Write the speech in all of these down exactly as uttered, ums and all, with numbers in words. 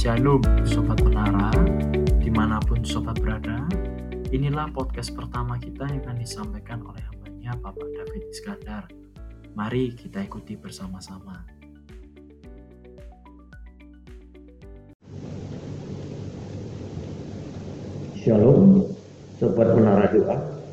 Shalom Sobat Menara, dimanapun Sobat berada. Inilah podcast pertama kita yang akan disampaikan oleh hambanya Bapak David Iskandar. Mari kita ikuti bersama-sama. Shalom Sobat Menara Doa.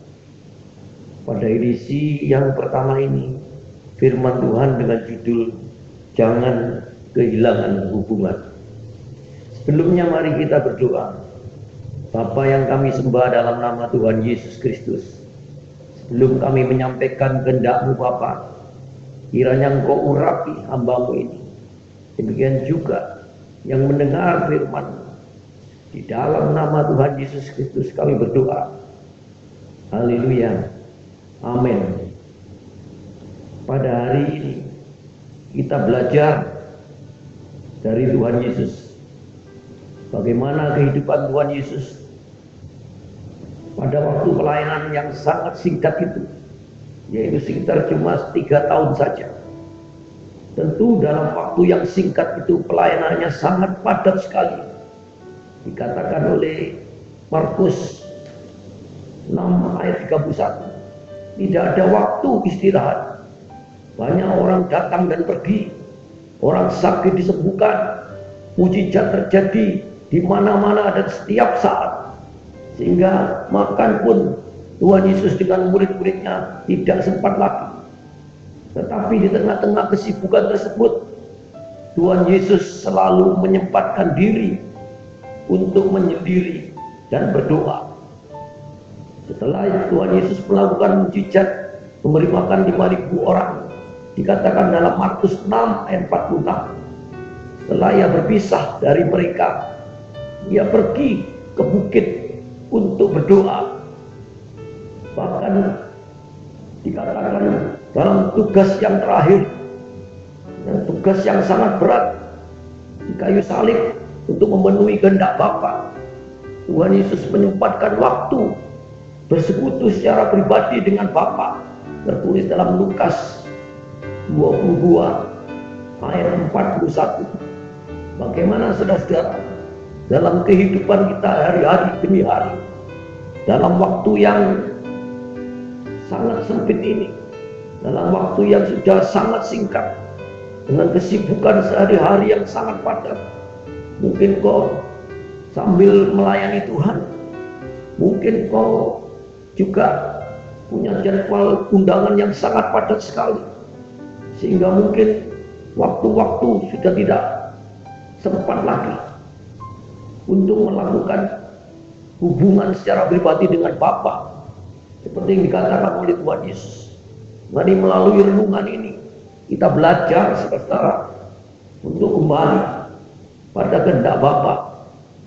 Pada edisi yang pertama ini, firman Tuhan dengan judul Jangan Kehilangan Hubungan. Sebelumnya mari kita berdoa. Bapa yang kami sembah dalam nama Tuhan Yesus Kristus, sebelum kami menyampaikan kehendak-Mu Bapa, kiranya Engkau urapi hamba-Mu ini. Demikian juga yang mendengar firman-Mu. Di dalam nama Tuhan Yesus Kristus kami berdoa. Haleluya. Amin. Pada hari ini kita belajar dari Tuhan Yesus. Bagaimana kehidupan Tuhan Yesus pada waktu pelayanan yang sangat singkat itu, yaitu sekitar cuma tiga tahun saja. Tentu dalam waktu yang singkat itu pelayanannya sangat padat sekali. Dikatakan oleh Markus enam ayat tiga puluh satu, tidak ada waktu istirahat. Banyak orang datang dan pergi, orang sakit disembuhkan, mujizat terjadi di mana-mana dan setiap saat, sehingga makan pun Tuhan Yesus dengan murid-muridnya tidak sempat lagi. Tetapi di tengah-tengah kesibukan tersebut, Tuhan Yesus selalu menyempatkan diri untuk menyendiri dan berdoa. Setelah Tuhan Yesus melakukan mujizat memberi makan lima ribu orang, dikatakan dalam Markus enam ayat empat puluh enam, setelah ia berpisah dari mereka, ia pergi ke bukit untuk berdoa. Bahkan dikatakan dalam tugas yang terakhir, dan tugas yang sangat berat di kayu salib untuk memenuhi kehendak Bapa, Tuhan Yesus menyempatkan waktu bersekutu secara pribadi dengan Bapa. Tertulis dalam Lukas dua puluh dua ayat empat puluh satu. Bagaimana saudara-saudara, dalam kehidupan kita hari-hari demi hari, dalam waktu yang sangat sempit ini, dalam waktu yang sudah sangat singkat, dengan kesibukan sehari-hari yang sangat padat, mungkin kau sambil melayani Tuhan, mungkin kau juga punya jadwal undangan yang sangat padat sekali, sehingga mungkin waktu-waktu sudah tidak sempat lagi untuk melakukan hubungan secara pribadi dengan Bapa, seperti yang dikatakan oleh Tuhan Yesus. Mari melalui renungan ini kita belajar saudara untuk kembali pada kehendak Bapa.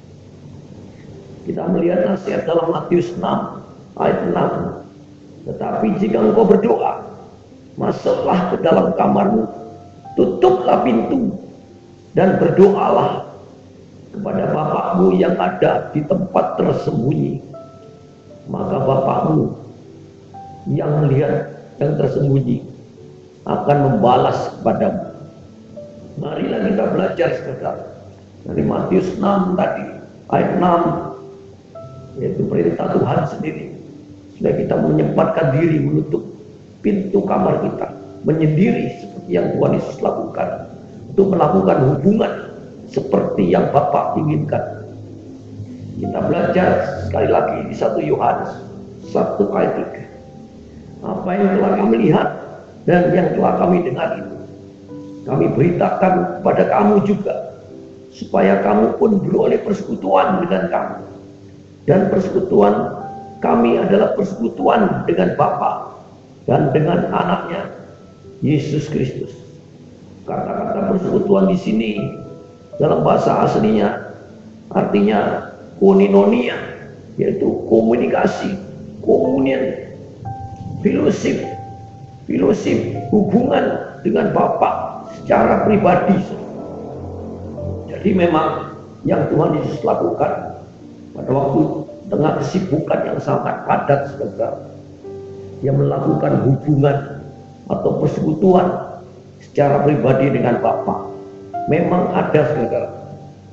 Kita melihat nasihat dalam Matius enam ayat enam. Tetapi jika engkau berdoa, masuklah ke dalam kamarmu, tutuplah pintu, dan berdoalah kepada Bapakmu yang ada di tempat tersembunyi. Maka Bapakmu yang melihat yang tersembunyi akan membalas kepadamu. Marilah kita belajar saudara dari Matius enam tadi ayat enam, yaitu perintah Tuhan sendiri. Sudah kita menyempatkan diri menutup pintu kamar kita, menyendiri seperti yang Tuhan Yesus lakukan, untuk melakukan hubungan seperti yang Bapa inginkan. Kita belajar sekali lagi di satu Yohanes satu ayat tiga. Apa yang telah kami lihat dan yang telah kami dengar itu, kami beritakan kepada kamu juga, supaya kamu pun beroleh persekutuan dengan kami. Dan persekutuan kami adalah persekutuan dengan Bapa dan dengan anaknya Yesus Kristus. Kata-kata persekutuan di sini dalam bahasa aslinya artinya koinonia, yaitu komunikasi, komunion, fellowship, fellowship, hubungan dengan Bapa secara pribadi. Jadi memang yang Tuhan Yesus lakukan pada waktu tengah kesibukan yang sangat padat, saudara, dia melakukan hubungan atau persekutuan secara pribadi dengan Bapa. Memang ada saudara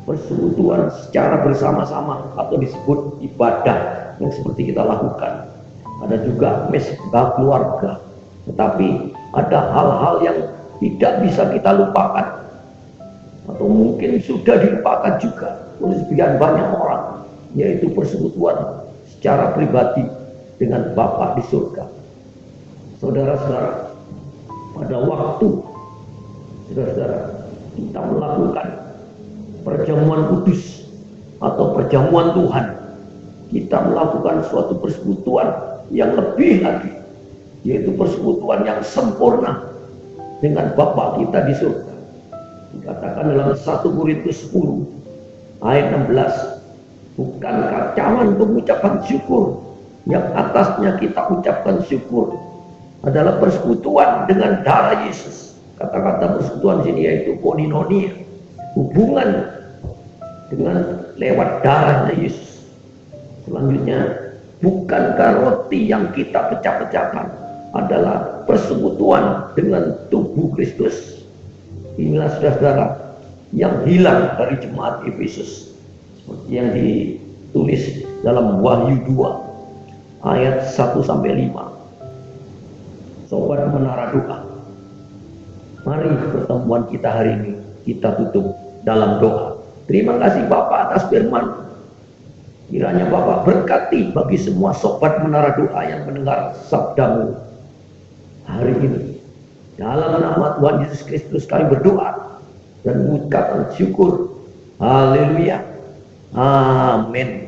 persekutuan secara bersama-sama atau disebut ibadah yang seperti kita lakukan. Ada juga mesbah keluarga, tetapi ada hal-hal yang tidak bisa kita lupakan atau mungkin sudah dilupakan juga oleh sebagian banyak orang, yaitu persekutuan secara pribadi dengan Bapa di surga. Saudara-saudara, pada waktu saudara-saudara kita melakukan perjamuan kudus atau perjamuan Tuhan, kita melakukan suatu persekutuan yang lebih lagi, yaitu persekutuan yang sempurna dengan Bapa kita di surga. Dikatakan dalam satu Korintus sepuluh ayat enam belas, bukankah cawan pengucapan syukur yang atasnya kita ucapkan syukur adalah persekutuan dengan darah Yesus. Kata-kata persekutuan sini yaitu koinonia, hubungan dengan lewat darahnya Yesus. Selanjutnya, bukankah roti yang kita pecah-pecahkan adalah persekutuan dengan tubuh Kristus? Inilah saudara-saudara yang hilang dari jemaat Efesus, seperti yang ditulis dalam Wahyu dua ayat satu sampai lima. Sobat Menara Doa, mari pertemuan kita hari ini kita tutup dalam doa. Terima kasih Bapak atas firman. Kiranya Bapak berkati bagi semua sobat Menara Doa yang mendengar sabdamu hari ini. Dalam nama Tuhan Yesus Kristus kami berdoa dan mengucapkan syukur. Haleluya. Amin.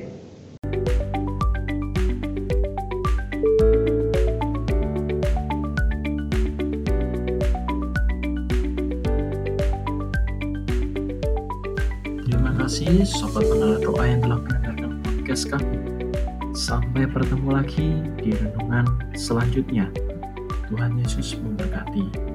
Terima kasih Sobat Menara Doa yang telah mendengarkan podcast kami. Sampai bertemu lagi di renungan selanjutnya. Tuhan Yesus memberkati.